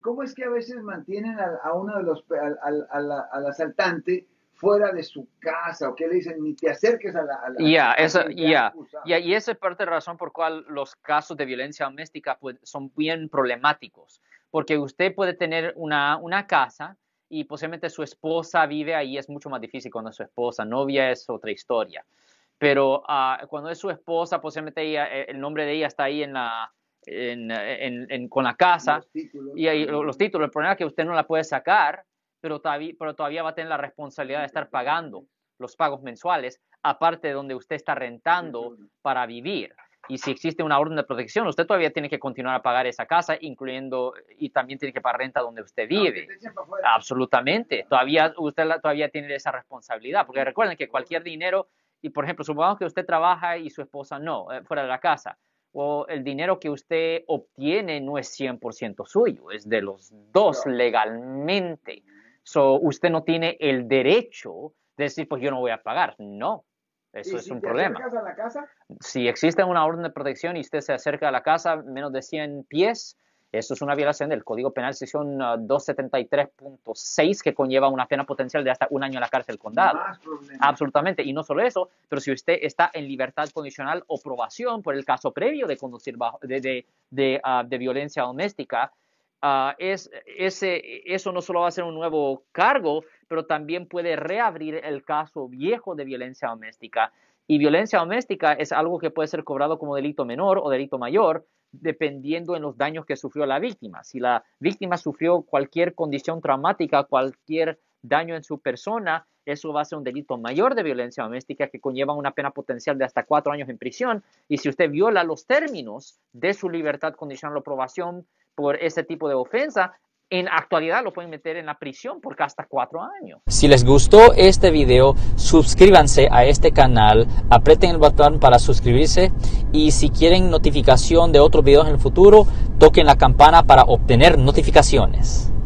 ¿cómo es que a veces mantienen a uno de los, al asaltante fuera de su casa? ¿O qué le dicen? Ni te acerques Y esa es parte de la razón por cual los casos de violencia doméstica pues, son bien problemáticos. Porque usted puede tener una casa y posiblemente su esposa vive ahí, es mucho más difícil cuando es su esposa, novia es otra historia. Pero cuando es su esposa, posiblemente ella, el nombre de ella está ahí con la casa los títulos, y ahí, los títulos. El problema es que usted no la puede sacar, pero todavía va a tener la responsabilidad de estar pagando los pagos mensuales, aparte de donde usted está rentando para vivir. Y si existe una orden de protección, usted todavía tiene que continuar a pagar esa casa, incluyendo, y también tiene que pagar renta donde usted vive. Absolutamente. Usted todavía tiene esa responsabilidad, porque recuerden que cualquier dinero, y por ejemplo, supongamos que usted trabaja y su esposa no, fuera de la casa, o el dinero que usted obtiene no es 100% suyo, es de los dos legalmente. Usted no tiene el derecho de decir, pues yo no voy a pagar. No, eso es un problema. ¿Te acercas a la casa? Si existe una orden de protección y usted se acerca a la casa menos de 100 pies, eso es una violación del Código Penal, sección 273.6, que conlleva una pena potencial de hasta 1 año en la cárcel condado. Absolutamente. Y no solo eso, pero si usted está en libertad condicional o probación por el caso previo de conducir de violencia doméstica, eso no solo va a ser un nuevo cargo, pero también puede reabrir el caso viejo de violencia doméstica. Y violencia doméstica es algo que puede ser cobrado como delito menor o delito mayor, dependiendo en los daños que sufrió la víctima. Si la víctima sufrió cualquier condición traumática, cualquier daño en su persona, eso va a ser un delito mayor de violencia doméstica que conlleva una pena potencial de hasta 4 años en prisión. Y si usted viola los términos de su libertad condicional o probación por ese tipo de ofensa, en actualidad lo pueden meter en la prisión por hasta 4 años. Si les gustó este video, suscríbanse a este canal, aprieten el botón para suscribirse y si quieren notificación de otros videos en el futuro, toquen la campana para obtener notificaciones.